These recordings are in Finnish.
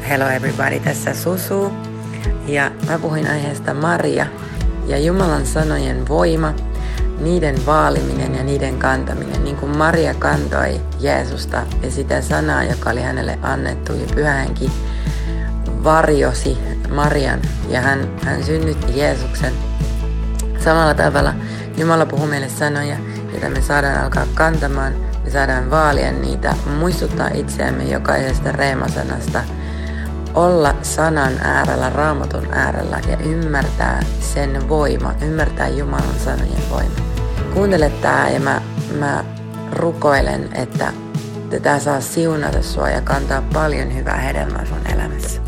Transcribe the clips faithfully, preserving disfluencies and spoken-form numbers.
Hello everybody, tässä Susu. Ja mä puhuin aiheesta Maria ja Jumalan sanojen voima, niiden vaaliminen ja niiden kantaminen. Niin kuin Maria kantoi Jeesusta ja sitä sanaa, joka oli hänelle annettu, ja Pyhä Henki varjosi Marian ja hän, hän synnytti Jeesuksen. Samalla tavalla Jumala puhuu meille sanoja, joita me saadaan alkaa kantamaan. Me saadaan vaalia niitä, muistuttaa itseämme jokaisesta reemasanasta, olla sanan äärellä, Raamatun äärellä ja ymmärtää sen voima, ymmärtää Jumalan sanojen voima. Kuuntele tää ja mä, mä rukoilen, että tätä saa siunata sua ja kantaa paljon hyvää hedelmää sun elämässä.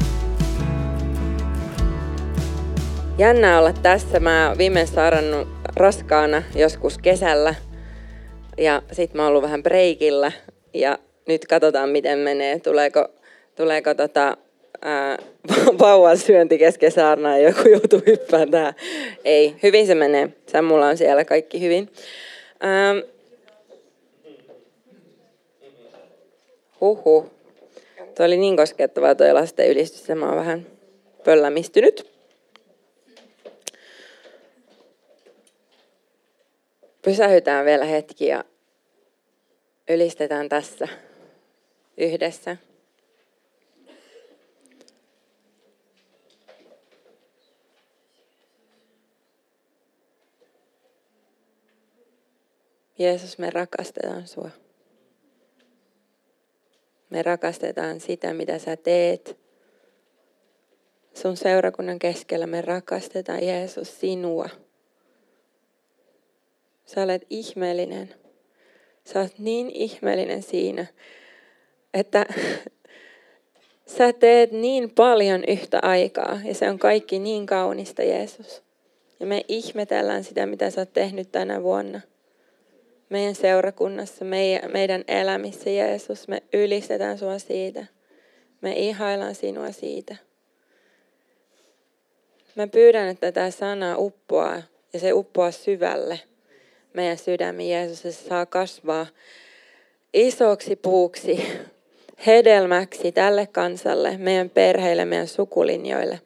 Jännää olla tässä. Mä viimein saarannut raskaana joskus kesällä. Ja sit mä oon ollut vähän breikillä ja nyt katsotaan miten menee. Tuleeko, tuleeko tota, ää, vauvan syönti kesken saarnaa ja joku joutuu hyppään tähän. Ei, hyvin se menee. Sammulla on siellä kaikki hyvin. Ähm. Huhhuh. Tuo oli niin koskettavaa toi lasten ylistys. Mä oon vähän pöllämistynyt. Pysähytään vielä hetki ja ylistetään tässä yhdessä. Jeesus, me rakastetaan sua. Me rakastetaan sitä, mitä sä teet. Sun seurakunnan keskellä me rakastetaan, Jeesus, sinua. Sä olet ihmeellinen. Sä olet niin ihmeellinen siinä, että sä teet niin paljon yhtä aikaa ja se on kaikki niin kaunista, Jeesus. Ja me ihmetellään sitä, mitä sä oot tehnyt tänä vuonna. Meidän seurakunnassa, meidän elämissä, Jeesus, me ylistetään sua siitä. Me ihaillaan sinua siitä. Mä pyydän, että tämä sana uppoaa ja se uppoaa syvälle. Meidän sydämi, Jeesus, se saa kasvaa isoksi puuksi, hedelmäksi tälle kansalle, meidän perheille, meidän sukulinjoille.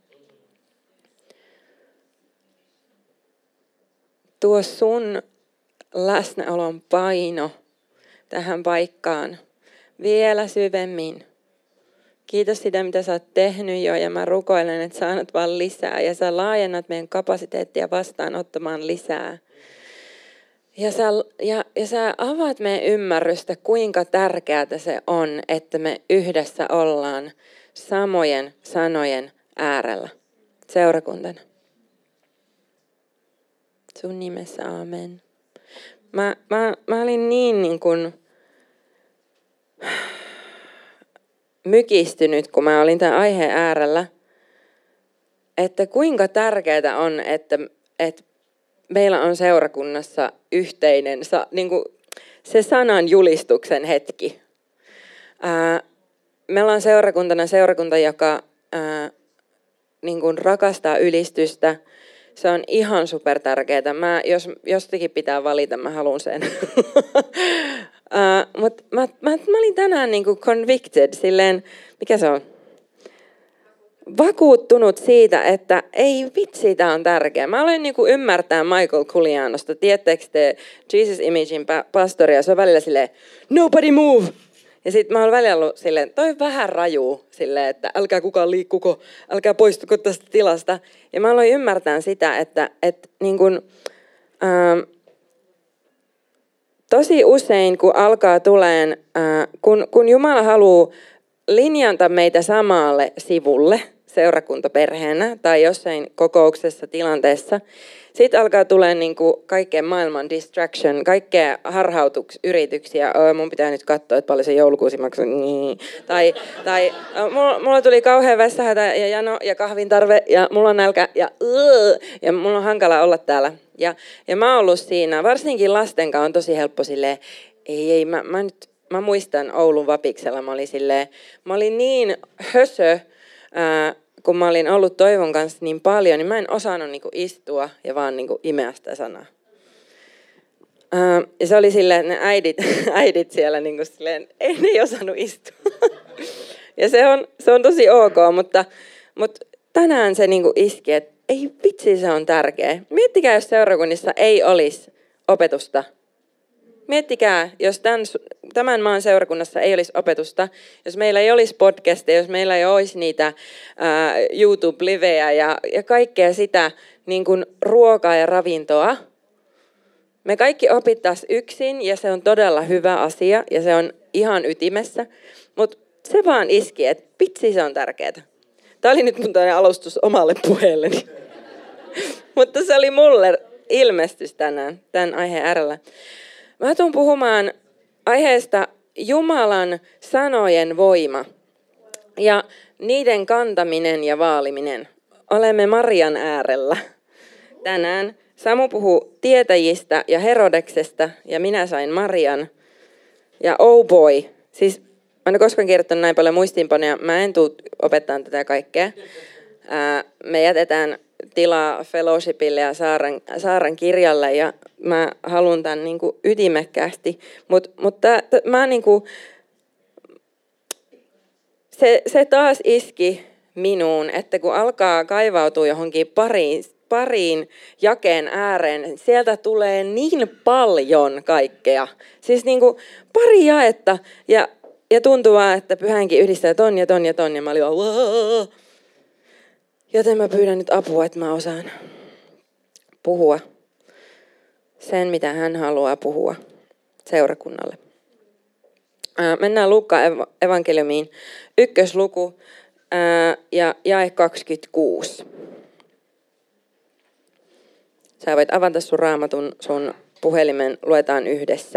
Tuo sun läsnäolon paino tähän paikkaan vielä syvemmin. Kiitos sitä, mitä sä oot tehnyt jo, ja mä rukoilen, että sä annat vaan lisää, ja sä laajennat meidän kapasiteettia vastaanottamaan lisää. Ja sä, ja, ja sä avaat meidän ymmärrystä, kuinka tärkeää se on, että me yhdessä ollaan samojen sanojen äärellä seurakuntana. Sun nimessä, aamen. Mä, mä, mä olin niin, niin kuin mykistynyt, kun mä olin tämän aiheen äärellä, että kuinka tärkeää on, että, että meillä on seurakunnassa yhteinen, niin kuin se sanan julistuksen hetki. Ää, meillä on seurakuntana seurakunta, joka ää, niin kuin rakastaa ylistystä. Se on ihan super tärkeää. Mä, jos jostakin pitää valita, mä haluan sen. Mutta mä, mä, mä olin tänään niin kuin convicted, silleen, mikä se on? Vakuuttunut siitä, että ei vitsi, tämä on tärkeä. Mä aloin niinku ymmärtää Michael Kulianosta. Tiedättekö te Jesus Imagein pastoria? Se on välillä silleen, nobody move! Ja sitten mä oon välillä ollut silleen, toi vähän raju, silleen, että älkää kukaan liikkuko, älkää poistuko tästä tilasta. Ja mä aloin ymmärtää sitä, että, että niin kun, ähm, tosi usein, kun alkaa tuleen, äh, kun, kun Jumala haluaa linjata meitä samalle sivulle, seurakuntaperheenä tai jossain kokouksessa, tilanteessa. Sitten alkaa tulee niinku kaikkea maailman distraction, kaikkea harhautusyrityksiä. Oh, mun pitää nyt katsoa, että paljon se joulukuusi maksaa. Niin. Tai, tai mulla, mulla tuli kauhean vässähätä ja jano ja kahvin tarve ja mulla on nälkä ja, uh, ja mulla on hankala olla täällä. Ja, ja mä oon ollut siinä, varsinkin lasten kanssa on tosi helppo silleen, ei, ei, mä, mä nyt, mä muistan Oulun Vapiksella, mä olin silleen, mä olin niin hösö, ää, kun mä olin ollut Toivon kanssa niin paljon, niin mä en osannut niinku istua ja vaan niinku imeä sitä sanaa. Uh, ja se oli silleen, että ne äidit, äidit siellä niinku silleen, ei ne ei osannut istua. Ja se on, se on tosi ok, mutta, mutta tänään se niinku iski, että ei vitsi, se on tärkeä. Miettikää, jos seurakunnissa ei olisi opetusta. Miettikää, jos tämän, tämän maan seurakunnassa ei olisi opetusta, jos meillä ei olisi podcasteja, jos meillä ei olisi niitä ää, YouTube-livejä ja, ja kaikkea sitä niin kuin ruokaa ja ravintoa. Me kaikki opittaisiin yksin ja se on todella hyvä asia ja se on ihan ytimessä, mutta se vaan iski, että vitsi, se on tärkeää. Tämä oli nyt mun alustus omalle puheelleni, mutta se oli mulle ilmestys tänään tämän aiheen äärellä. Mä tuun puhumaan aiheesta Jumalan sanojen voima ja niiden kantaminen ja vaaliminen. Olemme Marian äärellä tänään. Samu puhuu tietäjistä ja Herodeksesta ja minä sain Marian. Ja oh boy, siis mä en ole koskaan kirjoittanut näin paljon muistiinpanoja, mä en tule opettamaan tätä kaikkea. Ää, me jätetään tilaa fellowshipille ja Saaran, Saaran kirjalle ja mä haluan tämän niin kuin ytimekkäästi, mutta mut mä niin kuin, se, se taas iski minuun, että kun alkaa kaivautua johonkin pariin, pariin jakeen ääreen, sieltä tulee niin paljon kaikkea. Siis niin kuin pari jaetta ja, ja tuntuu vaan, että pyhänkin yhdistää ton ja ton ja ton ja mä olin vaan, joten mä pyydän nyt apua, että mä osaan puhua sen, mitä hän haluaa puhua seurakunnalle. Ää, mennään Luukkaan evankeliumiin, ykkösluku ää, ja jae kaksikymmentäkuusi. Sä voit avata sun raamatun, sun puhelimen, luetaan yhdessä.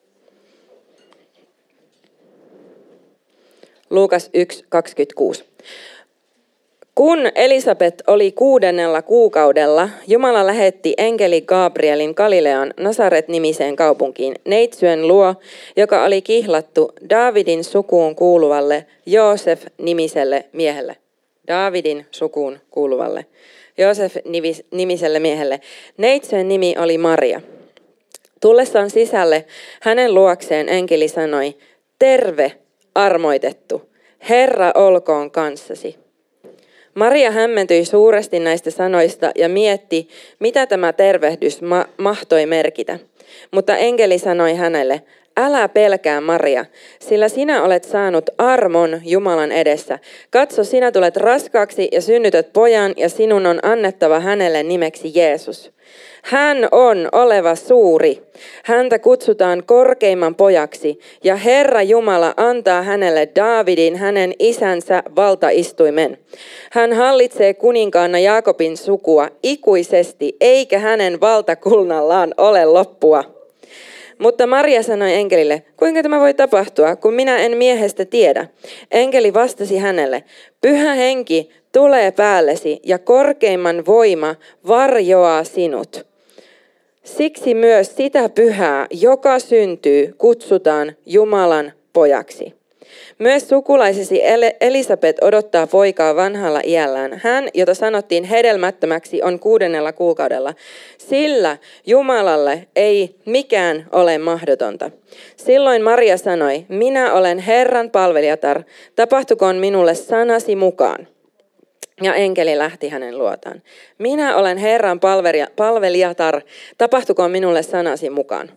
Luukas yksi kaksikymmentäkuusi. Kun Elisabet oli kuudennella kuukaudella, Jumala lähetti enkeli Gabrielin Galilean Nasaret-nimiseen kaupunkiin neitsyen luo, joka oli kihlattu Daavidin sukuun kuuluvalle Joosef-nimiselle miehelle. Daavidin sukuun kuuluvalle Joosef-nimiselle miehelle. Neitsyen nimi oli Maria. Tullessaan sisälle hänen luokseen enkeli sanoi, terve, armoitettu, Herra olkoon kanssasi. Maria hämmentyi suuresti näistä sanoista ja mietti, mitä tämä tervehdys ma- mahtoi merkitä. Mutta enkeli sanoi hänelle, älä pelkää Maria, sillä sinä olet saanut armon Jumalan edessä. Katso, sinä tulet raskaaksi ja synnytät pojan ja sinun on annettava hänelle nimeksi Jeesus. Hän on oleva suuri. Häntä kutsutaan korkeimman pojaksi ja Herra Jumala antaa hänelle Daavidin hänen isänsä valtaistuimen. Hän hallitsee kuninkaana Jaakobin sukua ikuisesti eikä hänen valtakunnallaan ole loppua. Mutta Maria sanoi enkelille, kuinka tämä voi tapahtua, kun minä en miehestä tiedä? Enkeli vastasi hänelle, pyhä henki tulee päällesi ja korkeimman voima varjoaa sinut. Siksi myös sitä pyhää, joka syntyy, kutsutaan Jumalan pojaksi. Myös sukulaisesi Elisabet odottaa poikaa vanhalla iällään. Hän, jota sanottiin hedelmättömäksi, on kuudennella kuukaudella. Sillä Jumalalle ei mikään ole mahdotonta. Silloin Maria sanoi, minä olen Herran palvelijatar, tapahtukoon minulle sanasi mukaan. Ja enkeli lähti hänen luotaan. Minä olen Herran palvelijatar, tapahtukoon minulle sanasi mukaan.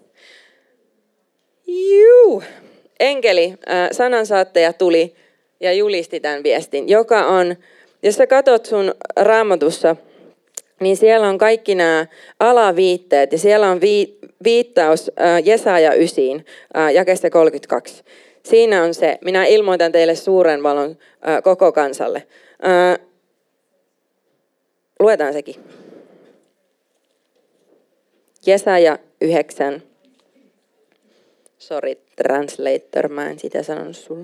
Juu. Enkeli, äh, sanansaattaja tuli ja julisti tämän viestin, joka on, jos sä katot sun raamatussa, niin siellä on kaikki nämä alaviitteet ja siellä on vi, viittaus äh, Jesaja yhdeksän, äh, jakeesta kolmekymmentäkaksi. Siinä on se, minä ilmoitan teille suuren valon äh, koko kansalle. Äh, luetaan sekin. Jesaja yhdeksän. Sorry, translator, mä en sitä sanonut sulle.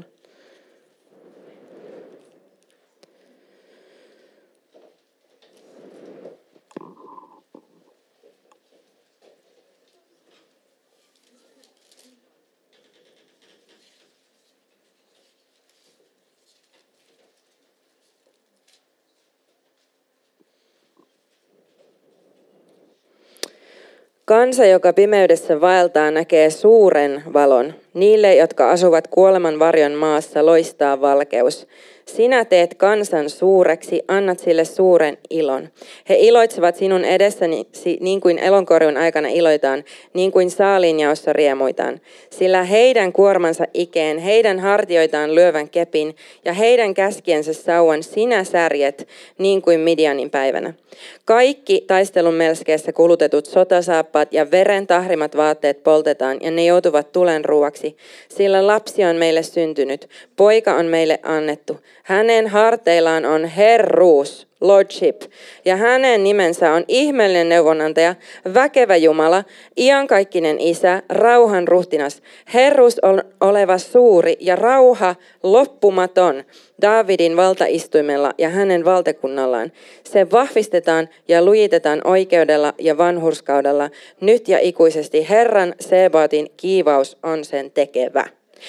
Kansa, joka pimeydessä vaeltaa, näkee suuren valon. Niille, jotka asuvat kuoleman varjon maassa, loistaa valkeus. Sinä teet kansan suureksi, annat sille suuren ilon. He iloitsevat sinun edessäni niin kuin elonkorjun aikana iloitaan, niin kuin saaliinjaossa riemuitaan. Sillä heidän kuormansa ikeen, heidän hartioitaan lyövän kepin ja heidän käskiensä sauvan sinä särjet, niin kuin Midianin päivänä. Kaikki taistelun melskeessä kulutetut sotasaappaat ja veren tahrimat vaatteet poltetaan ja ne joutuvat tulen ruuaksi. Sillä lapsi on meille syntynyt, poika on meille annettu. Hänen harteillaan on herruus, lordship, ja hänen nimensä on ihmeellinen neuvonantaja, väkevä Jumala, iankaikkinen Isä, rauhan ruhtinas. Herruus on oleva suuri ja rauha loppumaton Daavidin valtaistuimella ja hänen valtakunnallaan. Se vahvistetaan ja lujitetaan oikeudella ja vanhurskaudella. Nyt ja ikuisesti Herran Sebaotin kiivaus on sen tekevä.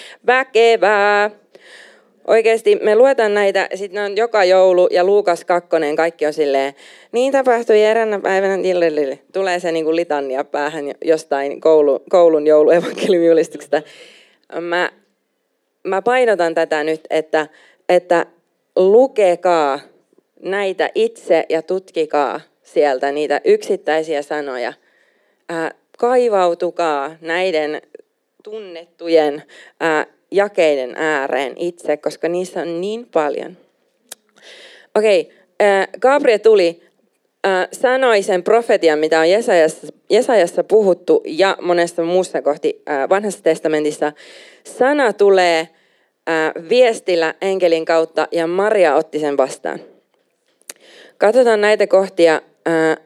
Väkevää! Oikeasti me luetaan näitä, sitten on joka joulu ja Luukas kakkonen, kaikki on silleen, niin tapahtui eräänä päivänä, tulee se niin kuin litania päähän jostain koulu, koulun jouluevankeliumijulistuksesta. Mä, mä painotan tätä nyt, että, että lukekaa näitä itse ja tutkikaa sieltä niitä yksittäisiä sanoja. Ää, kaivautukaa näiden tunnettujen ää, jakeiden ääreen itse, koska niissä on niin paljon. Okei, äh, Gabriel tuli, äh, sanoi sen profetian, mitä on Jesajassa, Jesajassa puhuttu ja monessa muussa kohti äh, vanhassa testamentissa. Sana tulee äh, viestillä enkelin kautta ja Maria otti sen vastaan. Katsotaan näitä kohtia, äh,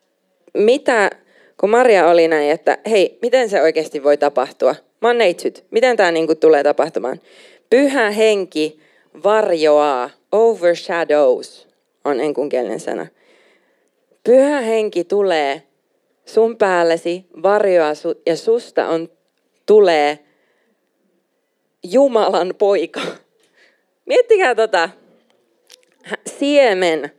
mitä, kun Maria oli näin, että hei, miten se oikeasti voi tapahtua? Mä oon neitsyt. Miten tämä niinku tulee tapahtumaan? Pyhä henki varjoaa, overshadows on enkunkielinen sana. Pyhä henki tulee sun päällesi, varjoaa su- ja susta on, tulee Jumalan poika. Miettikää tota. Siemen.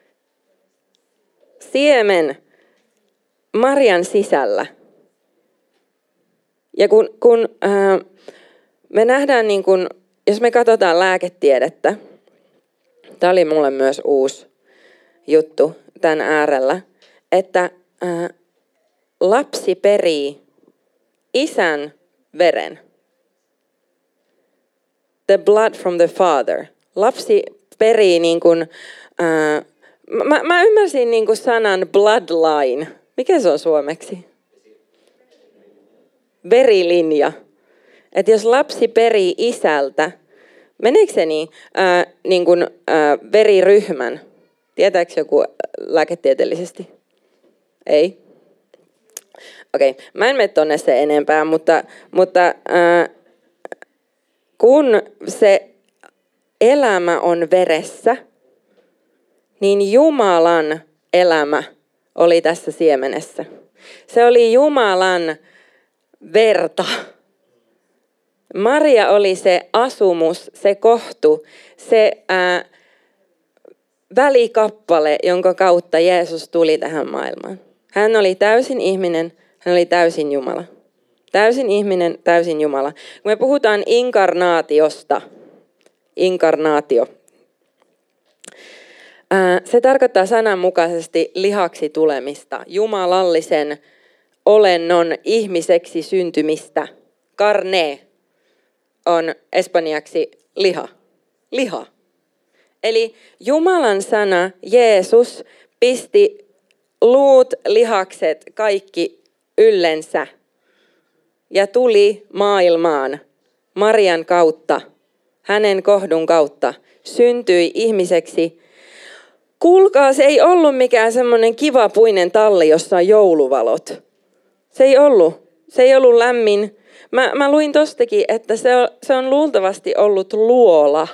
Siemen Marian sisällä. Ja kun, kun äh, me nähdään, niin kun, jos me katsotaan lääketiedettä, tämä oli mulle myös uusi juttu tämän äärellä, että äh, lapsi perii isän veren. The blood from the father. Lapsi perii niin kun, äh, mä, mä ymmärsin niin kun sanan bloodline. Mikä se on suomeksi? Verilinja. Että jos lapsi perii isältä, meneekö se niin, ää, niin kuin, ää, veriryhmän? Tietääkö joku lääketieteellisesti? Ei? Okei, okay. Mä en mene tonne se enempää, mutta, mutta ää, kun se elämä on veressä, niin Jumalan elämä oli tässä siemenessä. Se oli Jumalan verta. Maria oli se asumus, se kohtu, se ää, välikappale, jonka kautta Jeesus tuli tähän maailmaan. Hän oli täysin ihminen, hän oli täysin Jumala. Täysin ihminen, täysin Jumala. Kun me puhutaan inkarnaatiosta, inkarnaatio, ää, se tarkoittaa sananmukaisesti lihaksi tulemista, jumalallisen olennon ihmiseksi syntymistä. Carne on espanjaksi liha. Liha. Eli Jumalan sana, Jeesus, pisti luut, lihakset, kaikki yllensä ja tuli maailmaan Marian kautta, hänen kohdun kautta, syntyi ihmiseksi. Kuulkaa, se ei ollut mikään semmoinen kivapuinen talli, jossa on jouluvalot. Se ei ollut. Se ei ollut lämmin. Mä, mä luin tostakin, että se on, se on luultavasti ollut luola.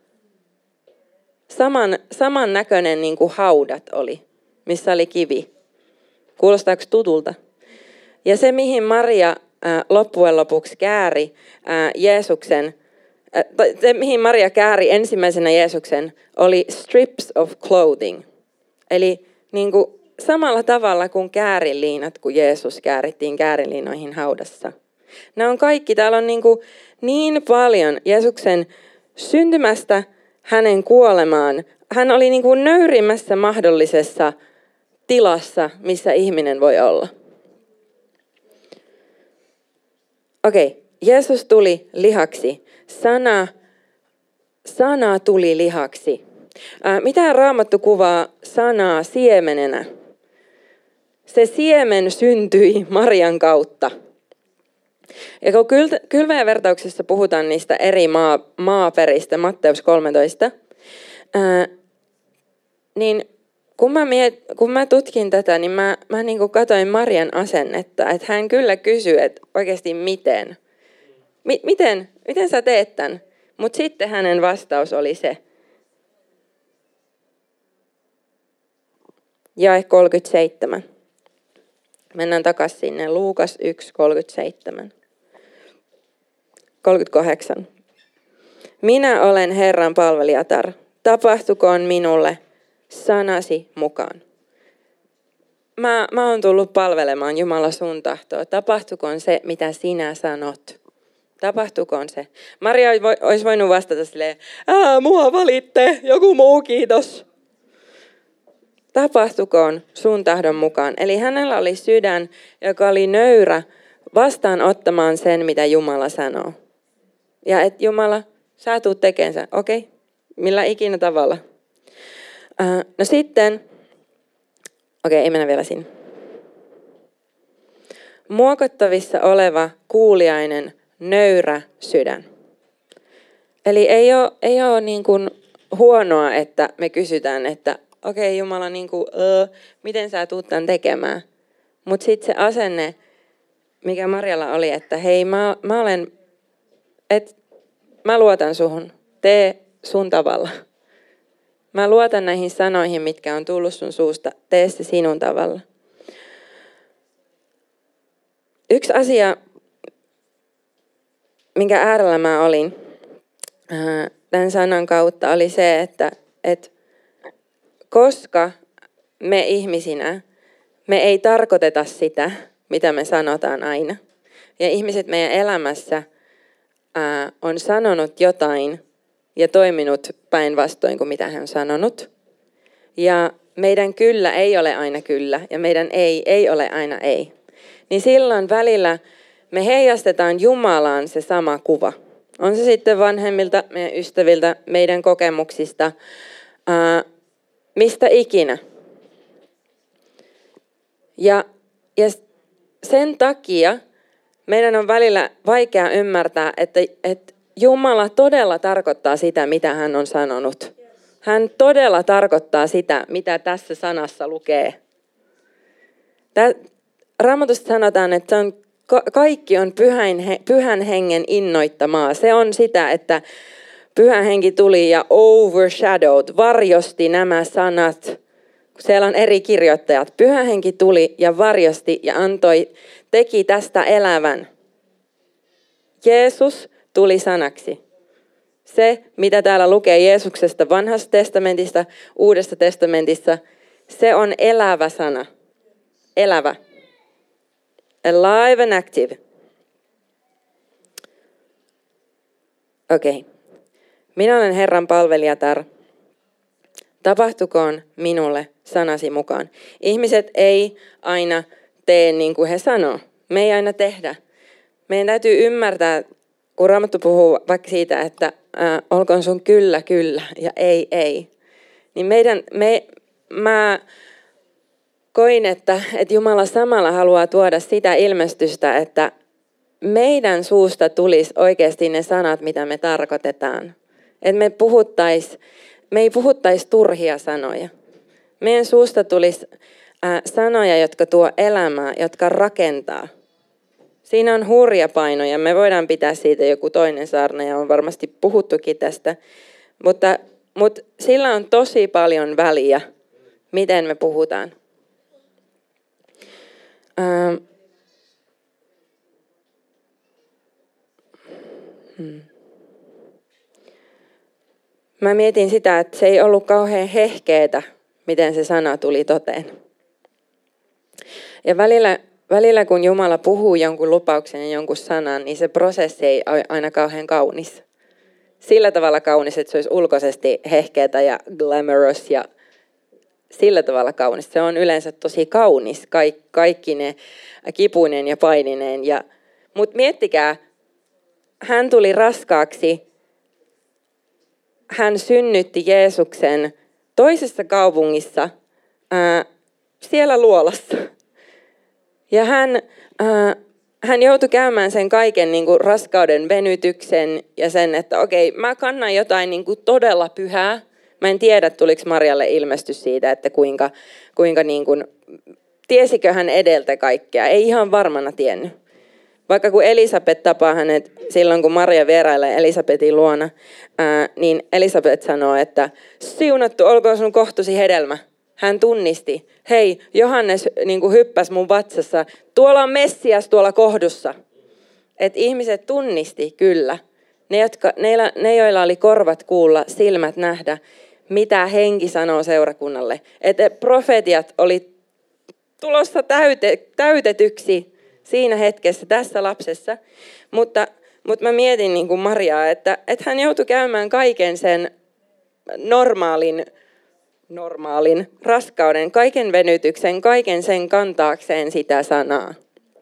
Saman, saman näköinen niin kuin haudat oli, missä oli kivi. Kuulostaako tutulta? Ja se, mihin Maria äh, loppujen lopuksi kääri äh, Jeesuksen, äh, se, mihin Maria kääri ensimmäisenä Jeesuksen, oli strips of clothing. Eli niin kuin samalla tavalla kuin käärinliinat, kun Jeesus käärittiin käärinliinoihin haudassa. Nämä on kaikki, täällä on niin, kuin niin paljon Jeesuksen syntymästä hänen kuolemaan. Hän oli niin kuin nöyrimmässä mahdollisessa tilassa, missä ihminen voi olla. Okei, okay. Jeesus tuli lihaksi. Sana, sana tuli lihaksi. Ää, mitä Raamattu kuvaa sanaa siemenenä? Se siemen syntyi Marian kautta. Ja kun kylväjävertauksessa puhutaan niistä eri maa, maaperistä, Matteus kolmetoista, ää, niin kun mä, miet, kun mä tutkin tätä, niin mä, mä niin kuin katsoin Marian asennetta, että hän kyllä kysyy, että oikeasti miten? M- miten? Miten sä teet tämän? Mutta sitten hänen vastaus oli se. Jae kolmekymmentäseitsemän. Mennään takaisin sinne. Luukas yksi kolmekymmentäseitsemän. kolmekymmentäkahdeksan. Minä olen Herran palvelijatar. Tapahtukoon minulle sanasi mukaan. Mä, mä oon tullut palvelemaan Jumala sun tahtoa. Tapahtukoon se, mitä sinä sanot. Tapahtukoon se. Maria olisi voinut vastata silleen, ää, mua valitte, joku muu kiitos. Tapahtukoon sun tahdon mukaan. Eli hänellä oli sydän, joka oli nöyrä vastaanottamaan sen, mitä Jumala sanoo. Ja että Jumala, sä tuut tekemään sen. Okei, okay. Millä ikinä tavalla. Uh, no sitten, okei, okay, ei mennä vielä sinne. Muokattavissa oleva kuuliainen, nöyrä sydän. Eli ei ole, ei ole niin kuin huonoa, että me kysytään, että okei okay, Jumala, niin kuin, öö, miten sä tuut tämän tekemään? Mutta sitten se asenne, mikä Marjalla oli, että hei, mä, mä olen, et, mä luotan suhun, tee sun tavalla. Mä luotan näihin sanoihin, mitkä on tullut sun suusta, tee se sinun tavalla. Yksi asia, minkä äärellä mä olin tämän sanan kautta, oli se, että, että koska me ihmisinä, me ei tarkoiteta sitä, mitä me sanotaan aina. Ja ihmiset meidän elämässä ää, on sanonut jotain ja toiminut päinvastoin kuin mitä hän on sanonut. Ja meidän kyllä ei ole aina kyllä ja meidän ei ei ole aina ei. Niin silloin välillä me heijastetaan Jumalaan se sama kuva. On se sitten vanhemmilta, meidän ystäviltä, meidän kokemuksista, ää, mistä ikinä. Ja, ja sen takia meidän on välillä vaikea ymmärtää, että, että Jumala todella tarkoittaa sitä, mitä hän on sanonut. Hän todella tarkoittaa sitä, mitä tässä sanassa lukee. Tää, Raamatusta sanotaan, että se on, kaikki on pyhän, pyhän hengen innoittamaa. Se on sitä, että Pyhä henki tuli ja overshadowed, varjosti nämä sanat. Siellä on eri kirjoittajat. Pyhä henki tuli ja varjosti ja antoi, teki tästä elävän. Jeesus tuli sanaksi. Se, mitä täällä lukee Jeesuksesta vanhasta testamentista, uudesta testamentissa, se on elävä sana. Elävä. Alive and active. Okei. Okay. Minä olen Herran palvelijatar. Tapahtukoon minulle sanasi mukaan. Ihmiset ei aina tee niin kuin he sanoo. Me ei aina tehdä. Meidän täytyy ymmärtää, kun Raamattu puhuu vaikka siitä, että ää, olkoon sun kyllä, kyllä ja ei, ei. Niin meidän, me, mä koin, että, että Jumala samalla haluaa tuoda sitä ilmestystä, että meidän suusta tulisi oikeasti ne sanat, mitä me tarkoitetaan. Että me puhuttais, me ei puhuttaisi turhia sanoja. Meidän suusta tulisi äh, sanoja, jotka tuo elämää, jotka rakentaa. Siinä on hurja paino ja me voidaan pitää siitä joku toinen saarna ja on varmasti puhuttukin tästä. Mutta, mutta sillä on tosi paljon väliä, miten me puhutaan. Ähm. Hmm. Mä mietin sitä, että se ei ollut kauhean hehkeetä, miten se sana tuli toteen. Ja välillä, välillä kun Jumala puhuu jonkun lupauksen ja jonkun sanan, niin se prosessi ei ole aina kauhean kaunis. Sillä tavalla kaunis, että se olisi ulkoisesti hehkeätä ja glamorous ja sillä tavalla kaunis. Se on yleensä tosi kaunis, Kaik, kaikki ne kipuinen ja painineen. Ja, mutta miettikää, hän tuli raskaaksi, hän synnytti Jeesuksen toisessa kaupungissa, ää, siellä luolassa. Ja hän, ää, hän joutui käymään sen kaiken niin kuin raskauden venytyksen ja sen, että okei, mä kannan jotain niin kuin todella pyhää. Mä en tiedä, tuliko Marialle ilmestys siitä, että kuinka, kuinka niin kuin, tiesikö hän edeltä kaikkea. Ei ihan varmana tiennyt. Vaikka kun Elisabet tapaa hänet silloin, kun Maria vierailee Elisabetin luona, ää, niin Elisabet sanoo, että siunattu olkoon sun kohtusi hedelmä. Hän tunnisti, hei, Johannes niin kuin hyppäsi mun vatsassa, tuolla on Messias tuolla kohdussa. Että ihmiset tunnisti kyllä, ne, jotka, ne, ne joilla oli korvat kuulla, silmät nähdä, mitä henki sanoo seurakunnalle. Että profetiat oli tulossa täyte, täytetyksi siinä hetkessä, tässä lapsessa. Mutta, mutta mä mietin niin kuin Mariaa, että, että hän joutui käymään kaiken sen normaalin, normaalin raskauden, kaiken venytyksen, kaiken sen kantaakseen sitä sanaa.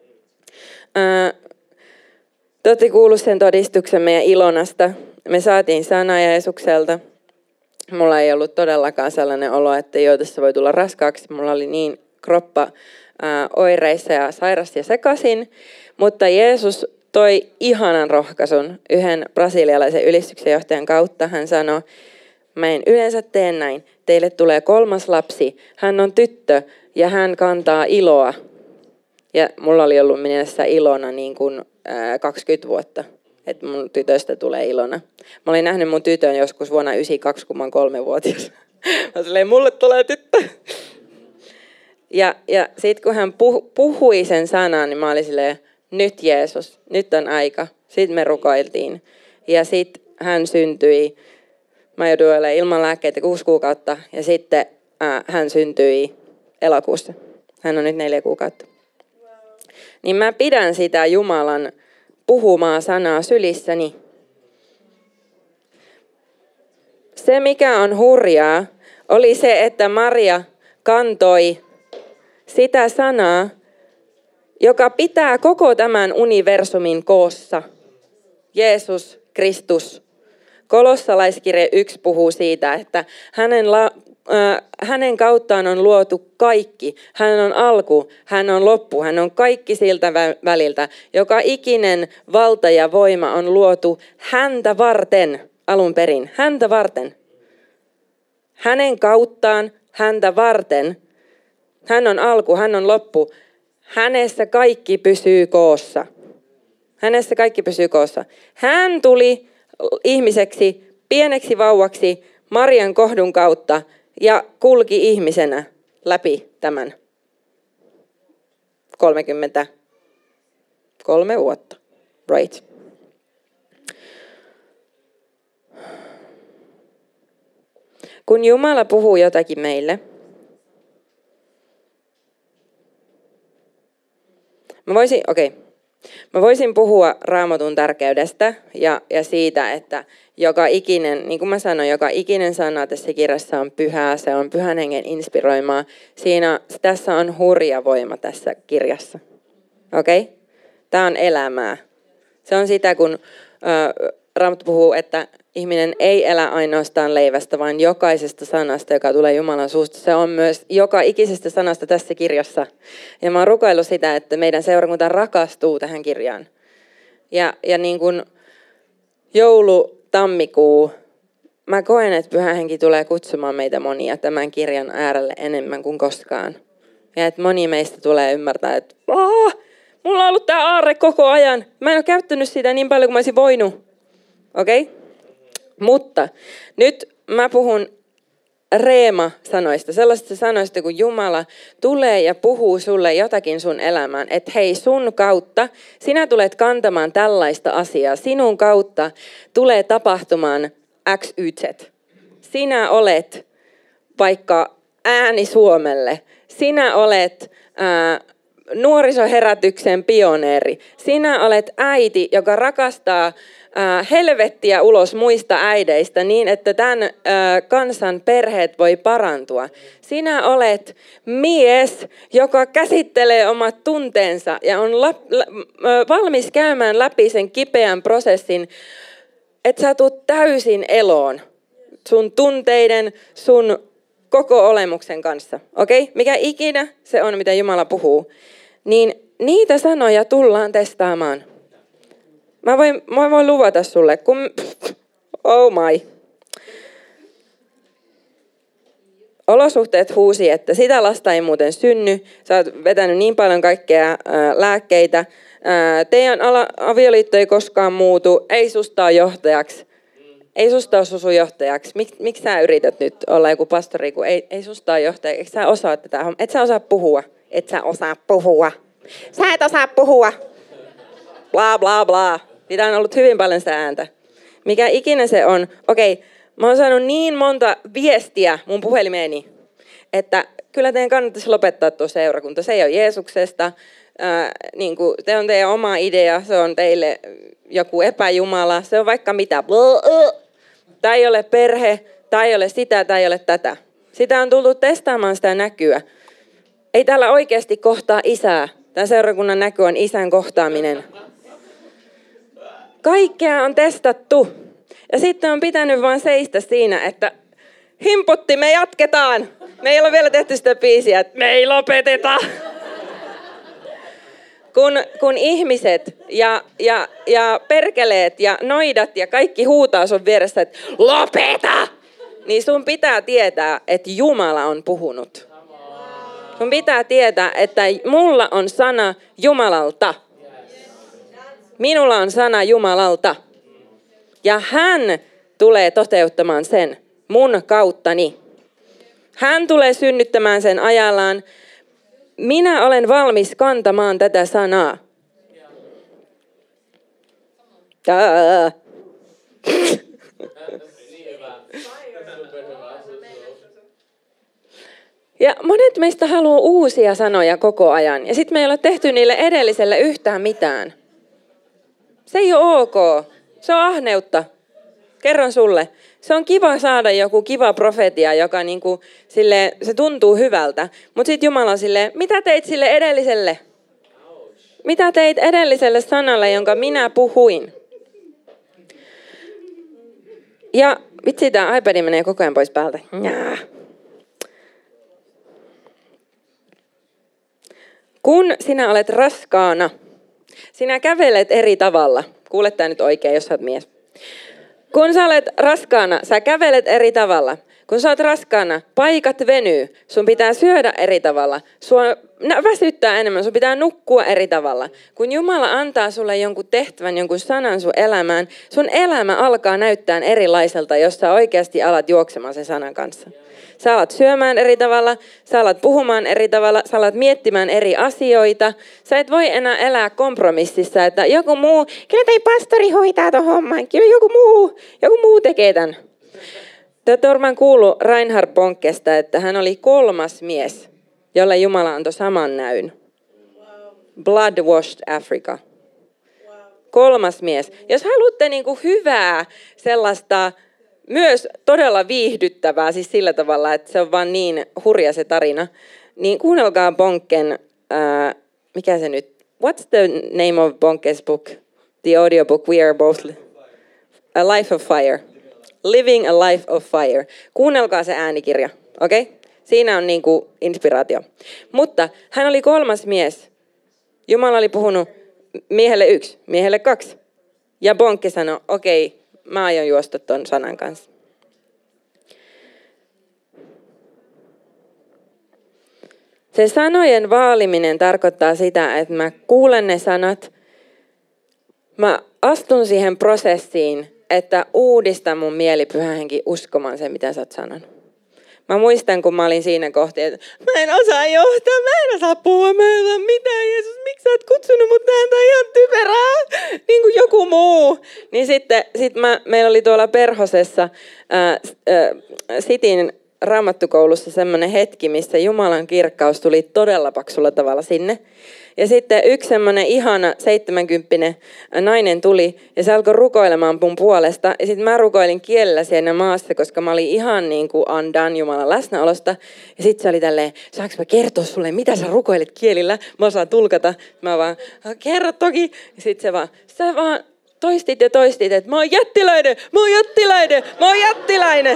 Ää, te olette kuullut sen todistuksen meidän Ilonasta. Me saatiin sana Jeesukselta. Mulla ei ollut todellakaan sellainen olo, että joo, tässä voi tulla raskaaksi. Mulla oli niin kroppa ää, oireissa ja sairas ja sekasin. Mutta Jeesus toi ihanan rohkaisun yhden brasilialaisen ylistyksen johtajan kautta. Hän sanoi, mä en yleensä tee näin. Teille tulee kolmas lapsi. Hän on tyttö ja hän kantaa iloa. Ja mulla oli ollut mielessä Ilona niin kuin ää, kaksikymmentä vuotta. Että mun tytöstä tulee Ilona. Mä olin nähnyt mun tytön joskus vuonna yhdeksänkymmentäkaksi, kun mä oon kolmevuotias. Mä silleen, mulle tulee tyttö. Ja, ja sit kun hän puh, puhui sen sanan, niin mä olin silleen, nyt Jeesus, nyt on aika. Sitten me rukoiltiin. Ja sit hän syntyi. Mä jouduin olemaan ilman lääkkeitä kuusi kuukautta. Ja sitten ää, hän syntyi elokuussa. Hän on nyt neljä kuukautta. Niin mä pidän sitä Jumalan puhumaa sanaa sylissäni. Se, mikä on hurjaa, oli se, että Maria kantoi sitä sanaa, joka pitää koko tämän universumin koossa. Jeesus Kristus. Kolossalaiskirje yksi puhuu siitä, että hänen, la, äh, hänen kauttaan on luotu kaikki. Hän on alku, hän on loppu, hän on kaikki siltä väliltä. Joka ikinen valta ja voima on luotu häntä varten alun perin. Häntä varten. Hänen kauttaan häntä varten. Hän on alku, hän on loppu. Hänessä kaikki pysyy koossa. Hänessä kaikki pysyy koossa. Hän tuli ihmiseksi, pieneksi vauvaksi Marian kohdun kautta ja kulki ihmisenä läpi tämän kolmekymmentäkolme vuotta. Right. Kun Jumala puhuu jotakin meille, mä voisin, okei. Okay. Mä voisin puhua Raamatun tärkeydestä ja, ja siitä, että joka ikinen, niin kuin mä sanoin, joka ikinen sana tässä kirjassa on pyhää, se on pyhän hengen inspiroimaa. Siinä, tässä on hurja voima tässä kirjassa. Okei? Okay? Tämä on elämää. Se on sitä, kun äh, Raamattu puhuu, että ihminen ei elä ainoastaan leivästä, vaan jokaisesta sanasta, joka tulee Jumalan suusta. Se on myös joka ikisestä sanasta tässä kirjassa. Ja mä oon rukoillut sitä, että meidän seurakunta rakastuu tähän kirjaan. Ja, ja niin kuin joulu, tammikuu, mä koen, että Pyhä Henki tulee kutsumaan meitä monia tämän kirjan äärelle enemmän kuin koskaan. Ja että moni meistä tulee ymmärtää, että mulla on ollut tää aarre koko ajan. Mä en ole käyttänyt sitä niin paljon kuin mä olisin voinut. Okei? Okay? Mutta nyt mä puhun reema-sanoista, sellaisista sanoista, kun Jumala tulee ja puhuu sulle jotakin sun elämään, että hei, sun kautta sinä tulet kantamaan tällaista asiaa. Sinun kautta tulee tapahtumaan X, Y, Z. Sinä olet vaikka ääni Suomelle. Sinä olet ää, nuorisoherätyksen pioneeri. Sinä olet äiti, joka rakastaa äh, helvettiä ulos muista äideistä niin, että tämän äh, kansan perheet voi parantua. Sinä olet mies, joka käsittelee omat tunteensa ja on la, la, valmis käymään läpi sen kipeän prosessin, että sä tulet täysin eloon sun tunteiden, sun koko olemuksen kanssa. Okei? Okay? Mikä ikinä se on, mitä Jumala puhuu. Niin niitä sanoja tullaan testaamaan. Mä voin, mä voin luvata sulle, kun... Oh my. Olosuhteet huusi, että sitä lasta ei muuten synny. Sä oot vetänyt niin paljon kaikkea ää, lääkkeitä. Ää, teidän ala, avioliitto ei koskaan muutu. Ei susta ole johtajaksi. Ei susta ole susun johtajaksi. Mik, miksi sä yrität nyt olla joku pastori, kun ei, ei susta ole johtajaksi? Eikö sä osaa tätä? Et sä osaa puhua. Et sä osaa puhua. Sä et osaa puhua. Bla bla bla. Sitä on ollut hyvin paljon sitä ääntä. Mikä ikinä se on. Okei, mä oon saanut niin monta viestiä mun puhelimeeni, että kyllä teidän kannattaisi lopettaa tuo seurakunta. Se ei ole Jeesuksesta. Ää, niin kuin, te on teidän oma idea. Se on teille joku epäjumala. Se on vaikka mitä. Tai ei ole perhe. Tai ei ole sitä. Tai ei ole tätä. Sitä on tullut testaamaan sitä näkyä. Ei täällä oikeasti kohtaa isää. Tämän seurakunnan näky on isän kohtaaminen. Kaikkea on testattu. Ja sitten on pitänyt vaan seistä siinä, että himputti, me jatketaan. Me ei ole vielä tehty sitä biisiä, että me ei lopeteta. Kun, kun ihmiset ja, ja, ja perkeleet ja noidat ja kaikki huutaa sun vieressä, että lopeta! Niin sun pitää tietää, että Jumala on puhunut. Sun pitää tietää, että mulla on sana Jumalalta. Minulla on sana Jumalalta. Ja hän tulee toteuttamaan sen mun kauttani. Hän tulee synnyttämään sen ajallaan. Minä olen valmis kantamaan tätä sanaa. Tää. Ja monet meistä haluaa uusia sanoja koko ajan. Ja sitten me ei ole tehty niille edelliselle yhtään mitään. Se ei ole ok. Se on ahneutta. Kerron sulle. Se on kiva saada joku kiva profetia, joka niinku, sille, se tuntuu hyvältä. Mutta sitten Jumala on silleen, mitä teit sille edelliselle? Mitä teit edelliselle sanalle, jonka minä puhuin? Ja vitsi, tämä iPad menee koko ajan pois päältä. Njaa. Kun sinä olet raskaana, sinä kävelet eri tavalla. Kuule tämä nyt oikein, jos sä oot mies. Kun sä olet raskaana, sä kävelet eri tavalla. Kun sä oot raskaana, paikat venyy. Sun pitää syödä eri tavalla. Sua väsyttää enemmän. Sun pitää nukkua eri tavalla. Kun Jumala antaa sulle jonkun tehtävän, jonkun sanan sun elämään, sun elämä alkaa näyttää erilaiselta, jos sä oikeasti alat juoksemaan sen sanan kanssa. Sä alat syömään eri tavalla, sä alat puhumaan eri tavalla, sä alat miettimään eri asioita. Sä et voi enää elää kompromississa, että joku muu, kyllä tei pastori hoitaa ton homman, kyllä joku muu, joku muu tekee tämän. Te olette varmaan kuullut Reinhard Bonckesta, että hän oli kolmas mies, jolle Jumala antoi saman näyn. Blood washed Africa. Kolmas mies. Jos haluatte niinku hyvää sellaista, myös todella viihdyttävää, siis sillä tavalla, että se on vaan niin hurja se tarina, niin kuunnelkaa Boncken, uh, mikä se nyt, what's the name of Bonck's book? The audiobook, We Are Both, A Life of Fire. Living a Life of Fire. Kuunnelkaa se äänikirja, okei? Okay? Siinä on niinku inspiraatio. Mutta hän oli kolmas mies. Jumala oli puhunut miehelle yksi, miehelle kaksi. Ja Bonke sanoi, okei, okay, mä aion juosta ton sanan kanssa. Se sanojen vaaliminen tarkoittaa sitä, että mä kuulen ne sanat, mä astun siihen prosessiin, että uudista mun mieli Pyhä Henki uskomaan sen, mitä sä oot sanonut. Mä muistan, kun mä olin siinä kohti, että mä en osaa johtaa, mä en osaa puhua, mä en osaa mitään, Jeesus, miksi sä oot kutsunut mut tähän, tää on ihan typerää, niin kuin joku muu. Niin sitten sit mä, meillä oli tuolla Perhosessa ää, ää, Sitin raamattukoulussa semmoinen hetki, missä Jumalan kirkkaus tuli todella paksulla tavalla sinne. Ja sitten yksi semmoinen ihana seitsemänkymppinen nainen tuli ja se alkoi rukoilemaan mun puolesta. Ja sitten mä rukoilin kielellä siinä maassa, koska mä olin ihan niin kuin undone Jumalan läsnäolosta. Ja sitten se oli tälleen, saanko mä kertoa sulle, mitä sä rukoilit kielillä? Mä osaan tulkata. Mä vaan, kerro toki. Ja sitten se vaan, sä vaan toistit ja toistit, että mä oon jättiläinen, mä oon jättiläinen, mä oon jättiläinen.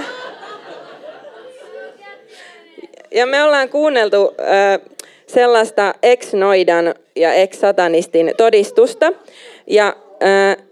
Ja me ollaan kuunneltu äh, sellaista ex-noidan ja ex-satanistin todistusta. Ja äh, äh,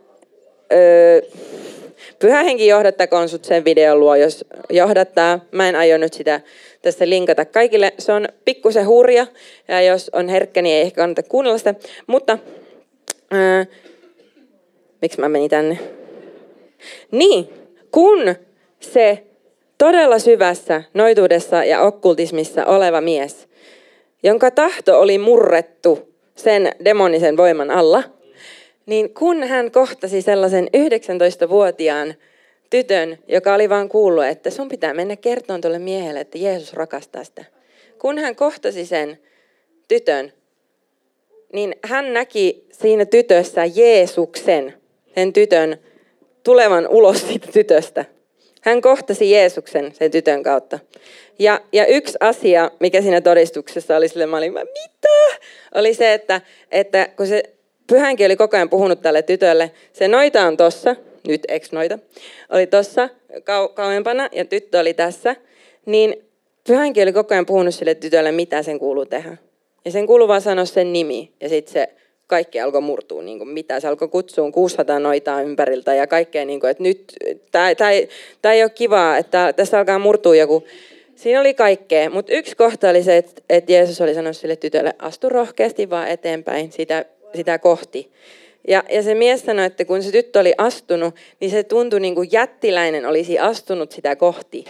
Pyhä Henki johdattakoon sut sen videon luo, jos johdattaa. Mä en aio nyt sitä tässä linkata kaikille. Se on pikkusen hurja ja jos on herkkä, niin ei ehkä kannata kuunnella sitä. Mutta äh, miksi mä menin tänne? Niin, kun se todella syvässä noituudessa ja okkultismissa oleva mies, jonka tahto oli murrettu sen demonisen voiman alla, niin kun hän kohtasi sellaisen yhdeksäntoistavuotiaan tytön, joka oli vaan kuullut, että sun pitää mennä kertomaan tuolle miehelle, että Jeesus rakastaa sitä. Kun hän kohtasi sen tytön, niin hän näki siinä tytössä Jeesuksen, sen tytön tulevan ulos siitä tytöstä. Hän kohtasi Jeesuksen sen tytön kautta. Ja, ja yksi asia, mikä siinä todistuksessa oli, sille mä olin, mitä? Oli se, että, että kun se Pyhänkin oli koko ajan puhunut tälle tytölle, se noita on tossa, nyt ex-noita, oli tossa kau- kauempana ja tyttö oli tässä, niin Pyhänkin oli koko ajan puhunut sille tytölle, mitä sen kuuluu tehdä. Ja sen kuuluu vaan sanoa sen nimi ja sitten se kaikki alkoi murtua, niin kuin mitä. Se alkoi kutsua kuusisataa noitaa ympäriltä ja kaikkea, niin kuin, että nyt tämä ei ole kivaa, että tässä alkaa murtua joku. Siinä oli kaikkea, mutta yksi kohta oli se, että, että Jeesus oli sanonut sille tytölle, astu rohkeasti vaan eteenpäin sitä, sitä kohti. Ja, ja se mies sanoi, että kun se tyttö oli astunut, niin se tuntui niin kuin jättiläinen olisi astunut sitä kohti.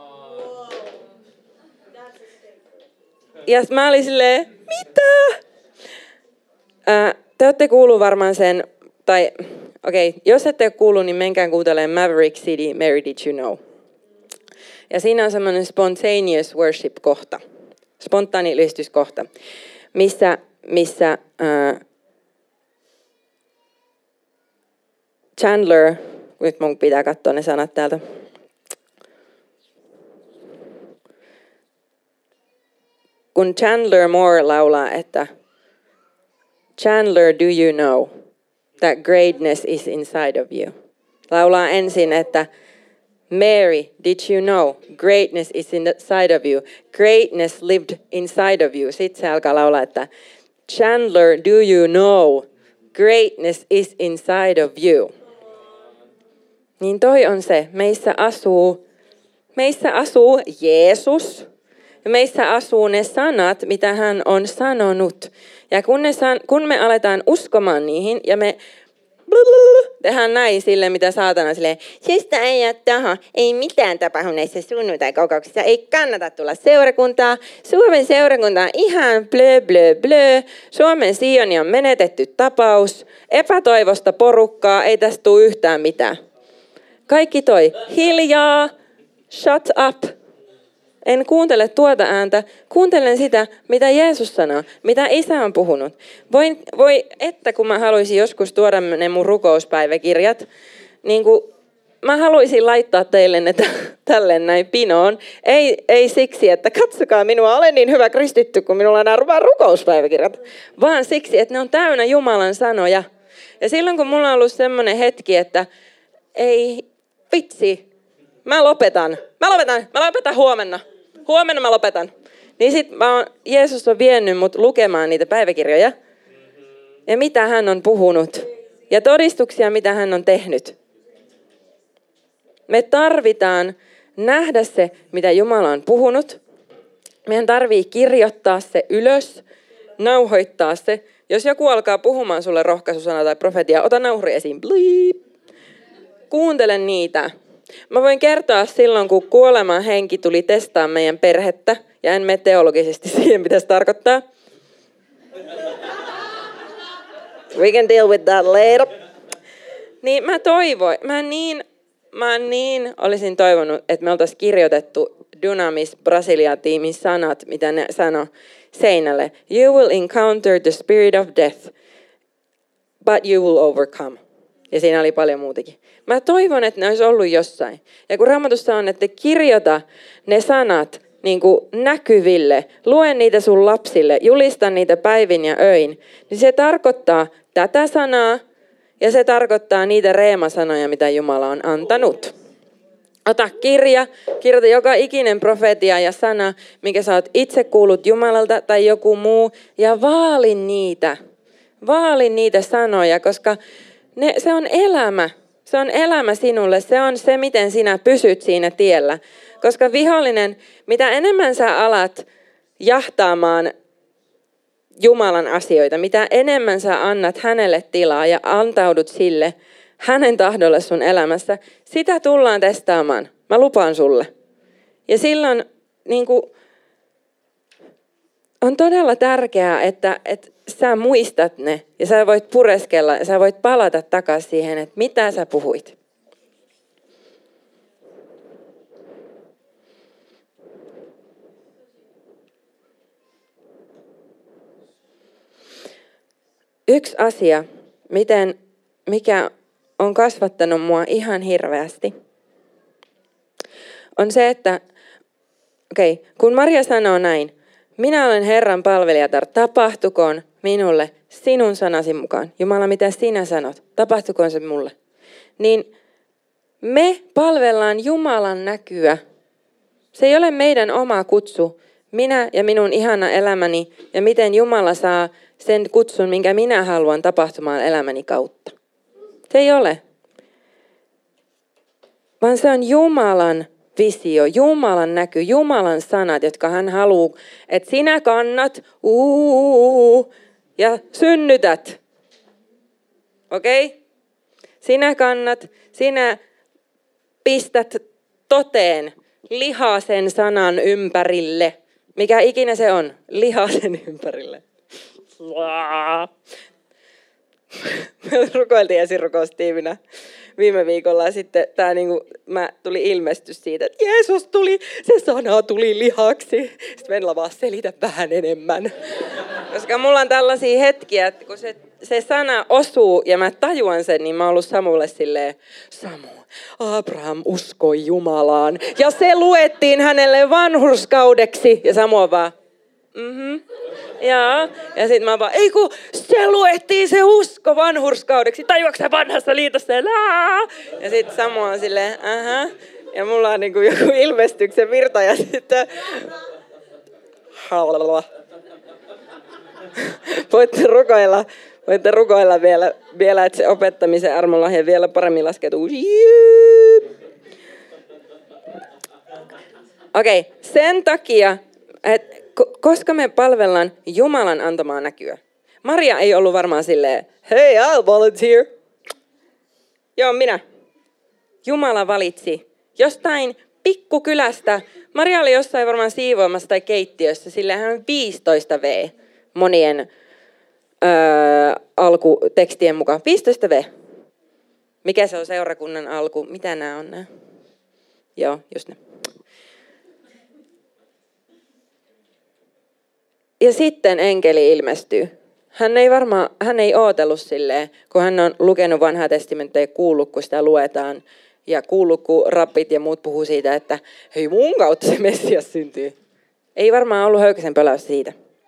Ja mä olin silleen, mitä? Ää, te olette kuullut varmaan sen, tai okei, okay, jos ette ole kuullut, niin menkään kuuntelemaan Maverick City, Mary Did You Know. Ja siinä on semmoinen spontaneous worship-kohta, spontaani ylistyskohta, missä, missä ää, Chandler, nyt mun pitää katsoa ne sanat täältä. Kun Chandler Moore laulaa, että Chandler, do you know that greatness is inside of you? Laulaa ensin, että Mary, did you know greatness is inside of you? Greatness lived inside of you. Sitten se alkaa laulaa, että Chandler, do you know greatness is inside of you? Niin toi on se, meissä asuu, meissä asuu Jeesus. Ja meissä asuu ne sanat, mitä hän on sanonut. Ja kun, ne san, kun me aletaan uskomaan niihin ja me tehdään näin sille, mitä saatana silleen, sestä ei ole taho, ei mitään tapahdu näissä sunnuntai-kokouksissa, ei kannata tulla seurakuntaa. Suomen seurakunta on ihan blö, blö, blö. Suomen Sioni on menetetty tapaus, epätoivosta porukkaa, ei tästä tule yhtään mitään. Kaikki toi, hiljaa, shut up. En kuuntele tuota ääntä, kuuntelen sitä, mitä Jeesus sanoo, mitä Isä on puhunut. Voin, voi, että kun mä haluaisin joskus tuoda ne mun rukouspäiväkirjat, niin kuin mä haluaisin laittaa teille ne t- tälleen näin pinoon. Ei, ei siksi, että katsokaa minua, olen niin hyvä kristitty, kun minulla on nämä rukouspäiväkirjat, vaan siksi, että ne on täynnä Jumalan sanoja. Ja silloin, kun mulla on ollut semmoinen hetki, että ei vitsi, mä lopetan, mä lopetan, mä lopetan huomenna. Huomenna mä lopetan. Niin sit mä oon, Jeesus on vienyt mut lukemaan niitä päiväkirjoja. Ja mitä hän on puhunut. Ja todistuksia, mitä hän on tehnyt. Me tarvitaan nähdä se, mitä Jumala on puhunut. Meidän tarvii kirjoittaa se ylös. Nauhoittaa se. Jos joku alkaa puhumaan sulle rohkaisusana tai profetia, ota nauhuri esiin. Bliip. Kuuntele niitä. Mä voin kertoa silloin, kun kuoleman henki tuli testaa meidän perhettä, ja en mene teologisesti siihen, mitä se tarkoittaa. We can deal with that later. Niin mä toivoin, mä niin, mä niin olisin toivonut, että me oltaisiin kirjoitettu Dunamis Brasilia-tiimin sanat, mitä ne sano seinälle. You will encounter the spirit of death, but you will overcome. Ja siinä oli paljon muutakin. Mä toivon, että ne olisi ollut jossain. Ja kun Raamatussa on, että kirjoita ne sanat niin kuin näkyville, lue niitä sun lapsille, julista niitä päivin ja öin, niin se tarkoittaa tätä sanaa ja se tarkoittaa niitä reemasanoja, mitä Jumala on antanut. Ota kirja, kirjoita joka ikinen profetia ja sana, mikä sä oot itse kuullut Jumalalta tai joku muu, ja vaali niitä. Vaali niitä sanoja, koska ne, se on elämä. Se on elämä sinulle. Se on se, miten sinä pysyt siinä tiellä. Koska vihollinen, mitä enemmän sä alat jahtaamaan Jumalan asioita, mitä enemmän sä annat hänelle tilaa ja antaudut sille, hänen tahdolle sun elämässä, sitä tullaan testaamaan. Mä lupaan sulle. Ja silloin niin kuin, on todella tärkeää, että, että sä muistat ne ja sä voit pureskella ja sä voit palata takaisin siihen, että mitä sä puhuit. Yksi asia, miten, mikä on kasvattanut mua ihan hirveästi, on se, että okei, okay, kun Maria sanoo näin, minä olen Herran palvelijatar, tapahtukoon minulle sinun sanasi mukaan. Jumala, mitä sinä sanot, tapahtukoon se mulle. Niin me palvellaan Jumalan näkyä. Se ei ole meidän oma kutsu, minä ja minun ihana elämäni ja miten Jumala saa sen kutsun, minkä minä haluan tapahtumaan elämäni kautta. Se ei ole. Vaan se on Jumalan visio, Jumalan näky, Jumalan sanat, jotka hän haluaa, että sinä kannat uu, ja synnytät. Okei? Okay? Sinä kannat, sinä pistät toteen lihasen sanan ympärille. Mikä ikinä se on? Lihasen ympärille. Me rukoiltiin esirukoustiiminä viime viikolla. Sitten tää niinku, mä tuli ilmestys siitä, että Jeesus tuli, se sana tuli lihaksi. Sitten Venla vaan selitä vähän enemmän. Koska mulla on tällaisia hetkiä, että kun se, se sana osuu ja mä tajuan sen, niin mä oon ollut Samulle silleen, Samu, Abraham uskoi Jumalaan. Ja se luettiin hänelle vanhurskaudeksi. Ja Samu on vaan, mhm. Ja, ja sitten mä vaan, ei kun se luettiin se usko vanhurskaudeksi. Tajuatko sä vanhassa liitossa? Laa! Ja sitten Samu on silleen, aha. Ja mulla on niinku joku ilmestyksen virta ja sitten voitte rukoilla, voitte rukoilla vielä, vielä, että se opettamisen armonlahja vielä paremmin laskeutuu. Okei, okay, sen takia, että koska me palvellaan Jumalan antamaa näkyä. Maria ei ollut varmaan silleen, hey, I'll volunteer. Joo, minä. Jumala valitsi jostain pikkukylästä. Maria oli jossain varmaan siivoamassa tai keittiössä, sillä hän on viisitoista vuotta monien öö, alkutekstien mukaan. viisitoista vuotta. Mikä se on seurakunnan alku? Mitä nämä on nämä? Joo, just ne. Ja sitten enkeli ilmestyy. Hän ei varmaan, hän ei ootellut silleen, kun hän on lukenut vanhaa testamenttia ja kuullut, kun sitä luetaan. Ja kuullut, kun rabbit ja muut puhuu siitä, että hei, mun kautta se Messias syntyy. Ei varmaan ollut höykäsen pöläys siitä.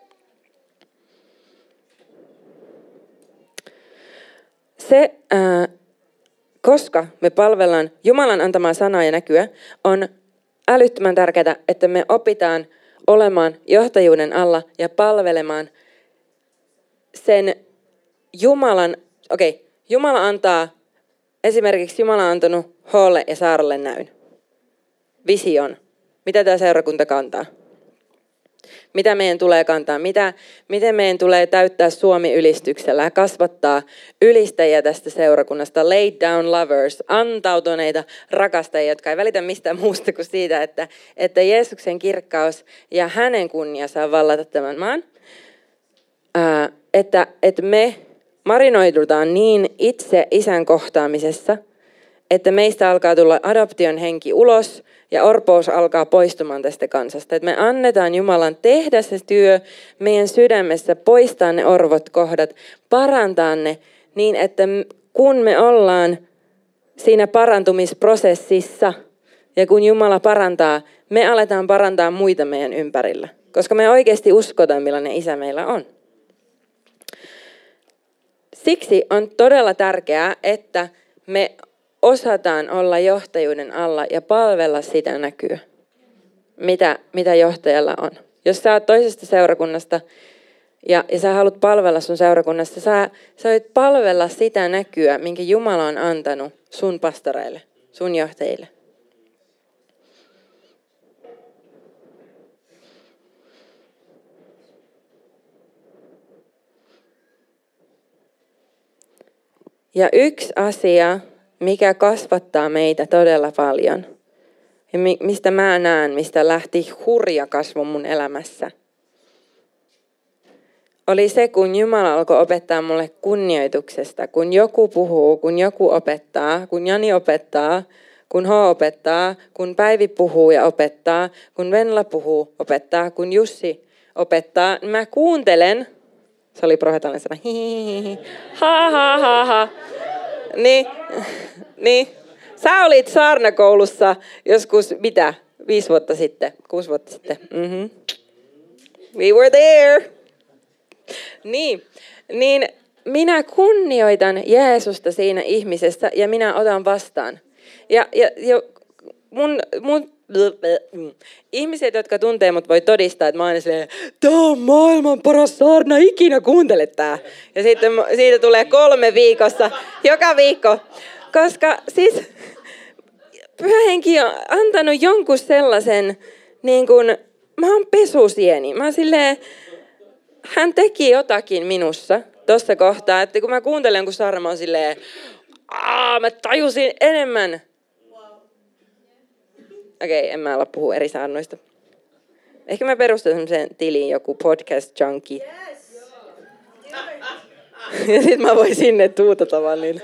Se, äh, koska me palvellaan Jumalan antamaa sanaa ja näkyä, on älyttömän tärkeää, että me opitaan olemaan johtajuuden alla ja palvelemaan sen Jumalan, okei, okay, Jumala antaa, esimerkiksi Jumala on antanut Hoolle ja Saaralle näyn, vision, mitä tämä seurakunta kantaa, mitä meidän tulee kantaa, mitä, miten meidän tulee täyttää Suomi ylistyksellä ja kasvattaa ylistäjiä tästä seurakunnasta, laid down lovers, antautuneita rakastajia, jotka ei välitä mistään muusta kuin siitä, että, että Jeesuksen kirkkaus ja hänen kunnia saa vallata tämän maan. Ää, että, että me marinoidutaan niin itse isän kohtaamisessa, että meistä alkaa tulla adoption henki ulos ja orpous alkaa poistumaan tästä kansasta. Että me annetaan Jumalan tehdä se työ meidän sydämessä, poistaa ne orvot kohdat, parantaa ne niin, että kun me ollaan siinä parantumisprosessissa ja kun Jumala parantaa, me aletaan parantaa muita meidän ympärillä. Koska me oikeasti uskotaan, millainen isä meillä on. Siksi on todella tärkeää, että me osataan olla johtajuuden alla ja palvella sitä näkyä, mitä, mitä johtajalla on. Jos sä oot toisesta seurakunnasta ja, ja sä haluat palvella sun seurakunnasta, sä, sä voit palvella sitä näkyä, minkä Jumala on antanut sun pastoreille, sun johtajille. Ja yksi asia, mikä kasvattaa meitä todella paljon, ja mistä mä näen, mistä lähti hurja kasvu mun elämässä, oli se, kun Jumala alkoi opettaa mulle kunnioituksesta. Kun joku puhuu, kun joku opettaa, kun Jani opettaa, kun H opettaa, kun Päivi puhuu ja opettaa, kun Venla puhuu, opettaa, kun Jussi opettaa, niin mä kuuntelen. Se oli profeetallinen sana. Hihihihi. Ha ha ha ha. Niin, niin. Sä olit saarnakoulussa joskus, mitä, viisi vuotta sitten, kuusi vuotta sitten. Mm-hmm. We were there. Niin, niin minä kunnioitan Jeesusta siinä ihmisessä ja minä otan vastaan. Ja, ja, ja mun, mun ihmiset, jotka tuntee mut, voi todistaa, että mä aina silleen, tää on maailman paras saarna, ikinä kuuntele tää. Ja sitten siitä tulee kolme viikossa, joka viikko. Koska siis Pyhä Henki on antanut jonkun sellaisen, niin kuin, mä oon pesusieni. Mä silleen, hän teki jotakin minussa tuossa kohtaa, että kun mä kuuntelen, kun saarna, mä oon silleen, aah, mä tajusin enemmän. Okei, okay, en mä ala puhua eri saarnoista. Ehkä mä perustan semmoisen tiliin joku podcast junkie. Yes. Ja sit mä voin sinne tuutata vaan niille.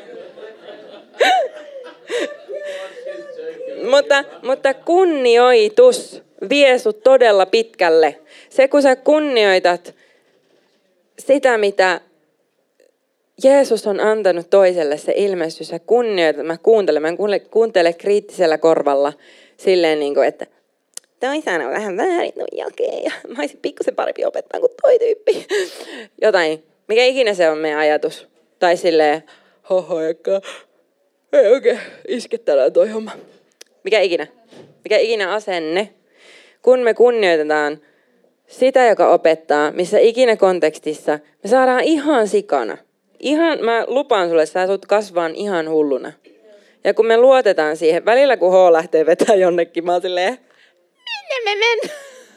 mutta, mutta kunnioitus vie sut todella pitkälle. Se kun sä kunnioitat sitä, mitä Jeesus on antanut toiselle, se ilmestys, sä kunnioitat, mä kuuntelen, mä en kuuntele, kuuntele kriittisellä korvalla silleen, niin kuin, että toi sana on vähän väärin, no jakee, ja mä olisin pikkusen parempi opettaa kuin toi tyyppi. Jotain, mikä ikinä se on meidän ajatus. Tai silleen, hoho, joka ei oikein iske tänään toi homma. Mikä ikinä, mikä ikinä asenne, kun me kunnioitetaan sitä, joka opettaa, missä ikinä kontekstissa, me saadaan ihan sikana. Ihan, mä lupaan sulle, sä tulet kasvaan ihan hulluna. Ja kun me luotetaan siihen, välillä kun H lähtee vetää jonnekin, mä oon silleen, minne me men?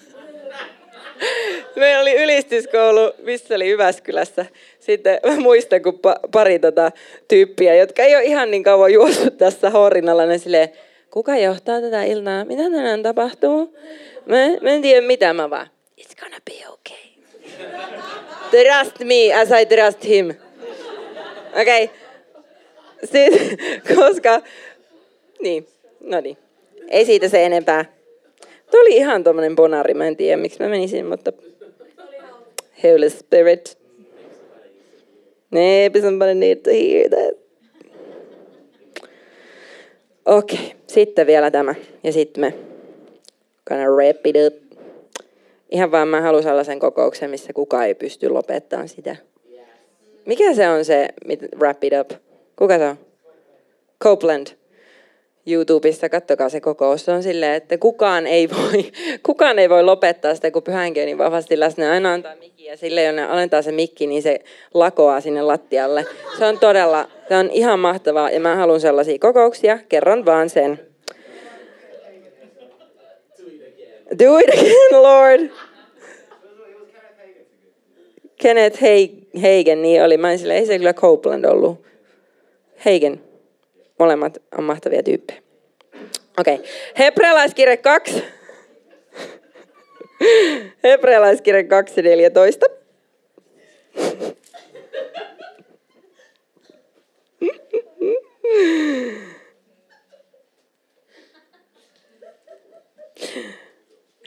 Meillä oli ylistyskoulu, missä oli Jyväskylässä. Sitten mä muistan, kun pa- pari tota tyyppiä, jotka ei ole ihan niin kauan juossut tässä H-rinnalla, ne silleen, kuka johtaa tätä iltaa? Mitä tänään tapahtuu? Mä, mä en tiedä mitä, mä vaan, it's gonna be okay. Trust me as I trust him. Okei. Okay. Sitten, koska, niin, no niin, ei siitä se enempää. Tuo oli ihan tommonen bonari, mä en tiedä miksi mä menisin, mutta Holy Spirit. Maybe somebody need to hear that. Okei, okay. Sitten vielä tämä ja sitten me gonna wrap it up. Ihan vaan mä haluan sellaisen kokouksen, missä kukaan ei pysty lopettamaan sitä. Mikä se on se wrap it up? Kuka se on? Copeland. YouTubessa, kattokaa se kokous. Se on silleen, että kukaan ei voi, kukaan ei voi lopettaa sitä, kun Pyhä Henki on niin vahvasti läsnä. Aina antaa mikki ja silleen, jos ne alentaa se mikki, niin se lakoaa sinne lattialle. Se on todella, se on ihan mahtavaa ja mä haluan sellaisia kokouksia. Kerron vaan sen. Do it again, Lord. Kenneth Hagin, niin oli. Mä en silleen, ei se kyllä Copeland ollut. Hagin. Molemmat on mahtavia tyyppejä. Okei. Okay. Hebrealaiskirje kaksi. Hebrealaiskirje kaksi neljätoista.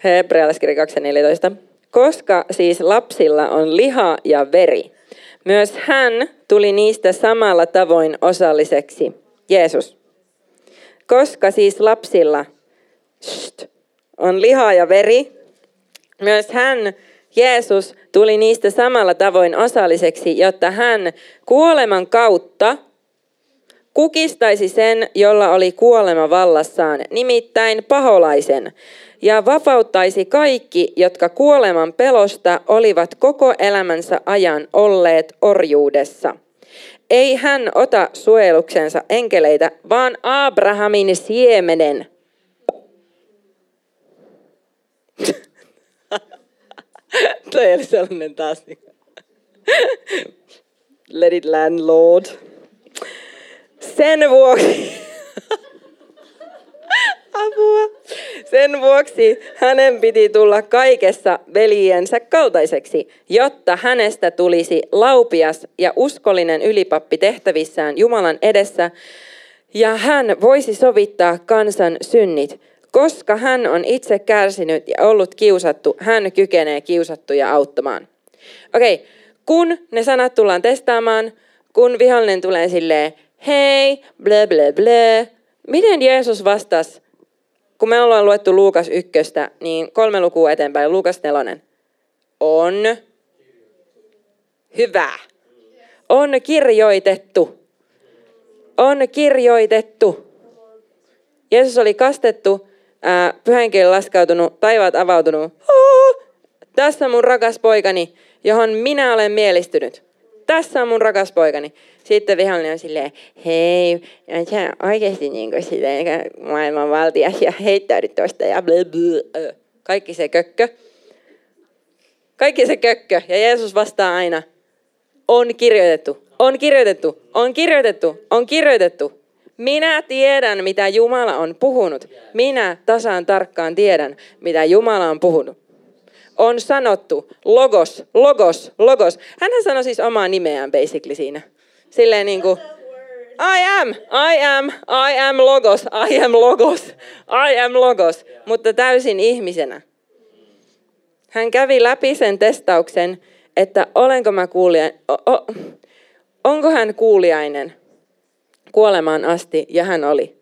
Hebrealaiskirja kaksi neljätoista. Koska siis lapsilla on liha ja veri, myös hän tuli niistä samalla tavoin osalliseksi. Jeesus. Koska siis lapsilla shht, on liha ja veri, myös hän, Jeesus, tuli niistä samalla tavoin osalliseksi, jotta hän kuoleman kautta kukistaisi sen, jolla oli kuolema vallassaan, nimittäin paholaisen, ja vapauttaisi kaikki, jotka kuoleman pelosta olivat koko elämänsä ajan olleet orjuudessa. Ei hän ota suojeluksensa enkeleitä, vaan Abrahamin siemenen. Toi oli sellainen taas. Let it land, Lord. Sen vuoksi, apua, sen vuoksi hänen piti tulla kaikessa veljensä kaltaiseksi, jotta hänestä tulisi laupias ja uskollinen ylipappi tehtävissään Jumalan edessä, ja hän voisi sovittaa kansan synnit. Koska hän on itse kärsinyt ja ollut kiusattu, hän kykenee kiusattuja auttamaan. Okei, okay, kun ne sanat tullaan testaamaan, kun vihollinen tulee silleen, hei, blö blö blö. Miten Jeesus vastasi, kun me ollaan luettu Luukas ykköstä, niin kolme lukua eteenpäin, Luukas nelonen. On hyvä. On kirjoitettu. On kirjoitettu. Jeesus oli kastettu, ää, pyhänkieli laskautunut, taivaat avautunut. Oh, tässä on mun rakas poikani, johon minä olen mielistynyt. Tässä on mun rakas poikani. Sitten vihollinen on silleen, hei, sä oikeasti niin kuin silleen maailman valtias ja heittäydyt tuosta ja blö, blö. Kaikki se kökkö. Kaikki se kökkö. Ja Jeesus vastaa aina, on kirjoitettu, on kirjoitettu, on kirjoitettu, on kirjoitettu. Minä tiedän, mitä Jumala on puhunut. Minä tasan tarkkaan tiedän, mitä Jumala on puhunut. On sanottu, logos, logos, logos. Hänhän sanoi siis omaa nimeään basically siinä. Silleen niin kuin, I am, I am, I am logos, I am logos, I am logos. Mutta täysin ihmisenä. Hän kävi läpi sen testauksen, että olenko mä kuulijainen, o, o, onko hän kuulijainen kuolemaan asti, ja hän oli.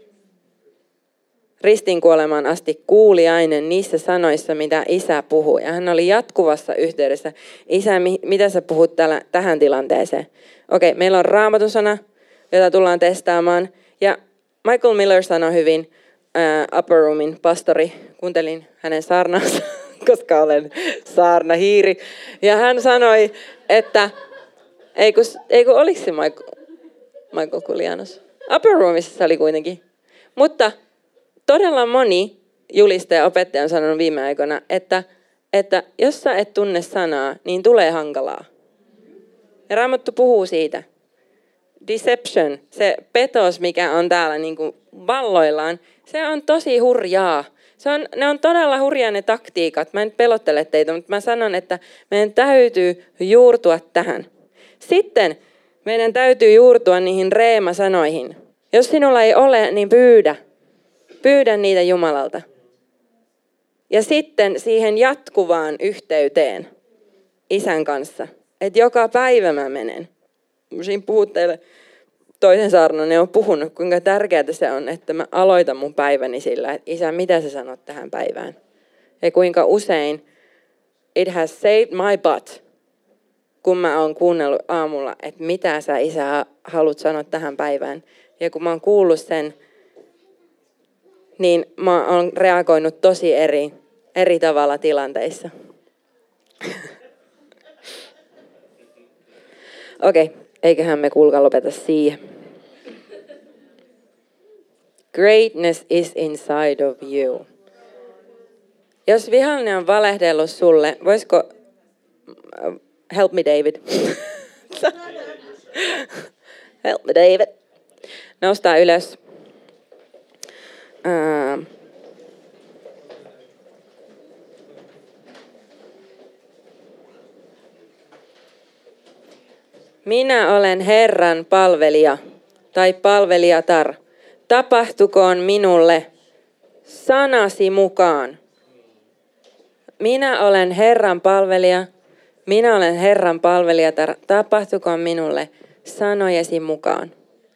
Ristin kuolemaan asti kuuliainen niissä sanoissa, mitä isä puhui. Ja hän oli jatkuvassa yhteydessä. Isä, mitä sä puhut tällä, tähän tilanteeseen? Okei, meillä on Raamatun sana, jota tullaan testaamaan. Ja Michael Miller sanoi hyvin, uh, Upper Roomin pastori, kuuntelin hänen saarnaansa, koska olen saarnahiiri. Ja hän sanoi, että ei kun, ei kun oliko se Michael, Michael Kulianos? Upper Roomissa se oli kuitenkin. Mutta todella moni julistaja opettaja on sanonut viime aikoina, että, että jos sä et tunne sanaa, niin tulee hankalaa. Ja Raamattu puhuu siitä. Deception, se petos, mikä on täällä niin kuin valloillaan, se on tosi hurjaa. Se on, ne on todella hurjaa ne taktiikat. Mä en pelottele teitä, mutta mä sanon, että meidän täytyy juurtua tähän. Sitten meidän täytyy juurtua niihin reema-sanoihin. Jos sinulla ei ole, niin pyydä. Pyydä niitä Jumalalta. Ja sitten siihen jatkuvaan yhteyteen isän kanssa. Että joka päivä mä menen. Siinä puhut teille toisen saarnan, ne on puhunut, kuinka tärkeää se on, että mä aloitan mun päiväni sillä, että isä, mitä sä sanot tähän päivään? Ja kuinka usein it has saved my butt, kun mä oon kuunnellut aamulla, että mitä sä isä haluat sanoa tähän päivään. Ja kun mä oon kuullut sen, niin mä oon reagoinut tosi eri, eri tavalla tilanteissa. Okei, okay, eiköhän me kuulkaa lopeta siihen. Greatness is inside of you. Jos vihollinen on valehdellut sulle, voisiko... Help me, David. Help me, David. Noustaa ylös. Uh, Minä olen Herran palvelija tai palvelijatar. Tapahtukoon minulle sanasi mukaan. minä olen Herran palvelija, minä olen Herran palvelija, tapahtukoon minulle sanojesi mukaan.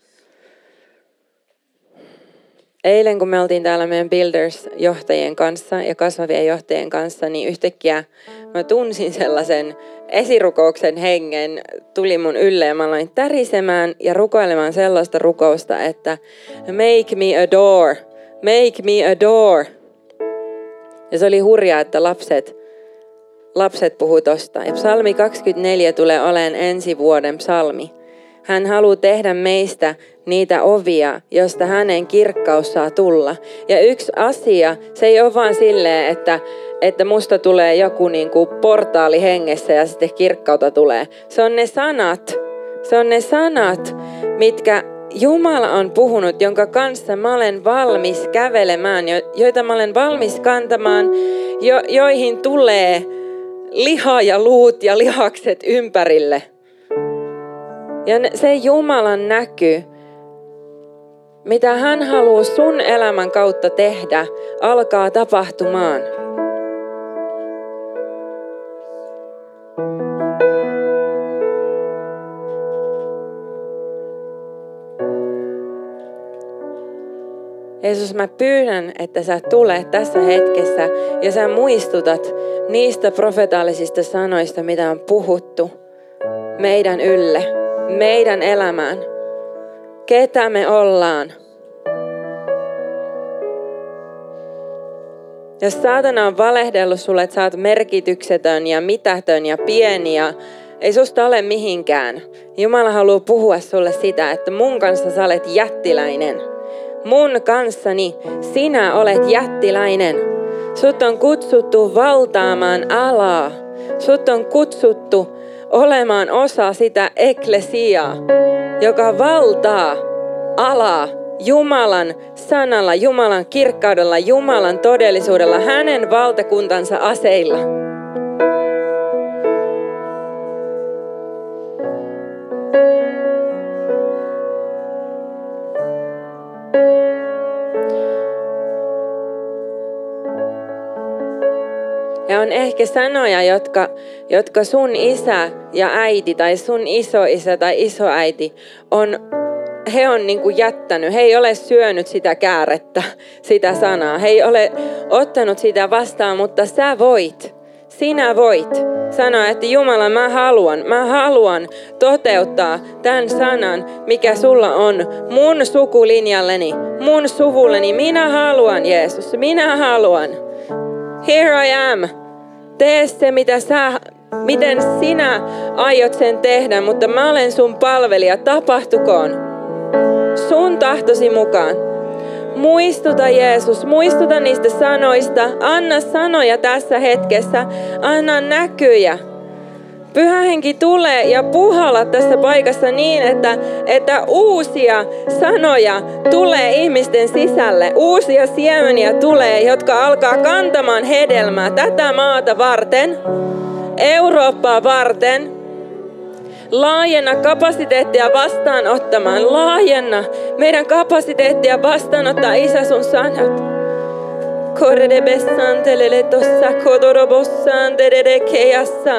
Eilen kun me oltiin täällä meidän Builders-johtajien kanssa ja kasvavien johtajien kanssa, niin yhtäkkiä mä tunsin sellaisen esirukouksen hengen, tuli mun ylle ja mä aloin tärisemään ja rukoilemaan sellaista rukousta, että make me a door, make me a door. Ja se oli hurjaa, että lapset, lapset puhuu tosta. Ja psalmi kaksikymmentäneljä tulee olemaan ensi vuoden psalmi. Hän haluaa tehdä meistä niitä ovia, josta hänen kirkkaus saa tulla. Ja yksi asia, se ei ole vaan silleen, että, että musta tulee joku niin kuin portaali hengessä ja sitten kirkkautta tulee. Se on ne sanat, se on ne sanat, mitkä Jumala on puhunut, jonka kanssa mä olen valmis kävelemään, joita mä olen valmis kantamaan, jo, joihin tulee liha ja luut ja lihakset ympärille. Ja se Jumalan näky, mitä hän haluaa sun elämän kautta tehdä, alkaa tapahtumaan. Jeesus, mä pyydän, että sä tulet tässä hetkessä ja sä muistutat niistä profetaalisista sanoista, mitä on puhuttu meidän ylle, meidän elämään. Ketä me ollaan. Jos saatana on valehdellut sulle, että sä oot merkityksetön ja mitätön ja pieni ja ei susta ole mihinkään. Jumala haluaa puhua sulle sitä, että mun kanssa sä olet jättiläinen. Mun kanssani sinä olet jättiläinen. Sut on kutsuttu valtaamaan alaa. Sut on kutsuttu olemaan osa sitä eklesiaa, joka valtaa alaa Jumalan sanalla, Jumalan kirkkaudella, Jumalan todellisuudella, hänen valtakuntansa aseilla. Ja on ehkä sanoja, jotka, jotka sun isä ja äiti tai sun isoisä tai isoäiti on, he on niin kuin jättänyt. He ei ole syönyt sitä käärettä, sitä sanaa. He ei ole ottanut sitä vastaan, mutta sä voit. Sinä voit sanoa, että Jumala, mä haluan, mä haluan toteuttaa tämän sanan, mikä sulla on mun sukulinjalleni, mun suvulleni. Minä haluan, Jeesus, minä haluan. Here I am. Tee se, mitä sä, miten sinä aiot sen tehdä, mutta mä olen sun palvelija. Tapahtukoon sun tahtosi mukaan. Muistuta Jeesus, muistuta niistä sanoista. Anna sanoja tässä hetkessä. Anna näkyjä. Pyhä Henki tulee ja puhalla tässä paikassa niin, että, että uusia sanoja tulee ihmisten sisälle. Uusia siemeniä tulee, jotka alkaa kantamaan hedelmää tätä maata varten, Eurooppaa varten. Laajenna kapasiteettia vastaanottamaan. Laajenna meidän kapasiteettia vastaanottaa, Isä, sun sanat. Korre bessantelele tossa kodorobossantelele keassa.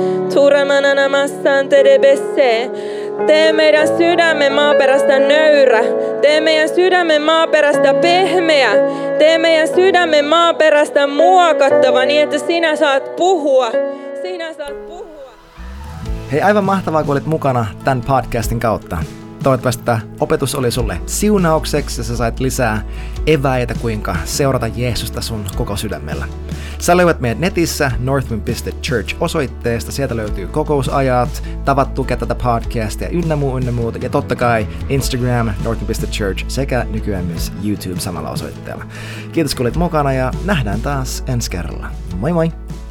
Turamananamassantelele besse. Tee meidän sydämen maaperästä nöyrä. Tee meidän sydämen maaperästä pehmeä. Tee meidän sydämen maaperästä muokattava niin, että sinä saat puhua. Sinä saat puhua. Hei, aivan mahtavaa, kun olit mukana tämän podcastin kautta. Toivottavasti tämä opetus oli sulle siunaukseksi ja sä sait lisää eväitä, kuinka seurata Jeesusta sun koko sydämellä. Sä löydät meidät netissä northwind piste church osoitteesta. Sieltä löytyy kokousajat, tavat tukea tätä podcastia ynnä muu, ynnä muuta. Ja totta kai Instagram, northwind piste church sekä nykyään myös YouTube samalla osoitteella. Kiitos kun olit mukana ja nähdään taas ensi kerralla. Moi moi!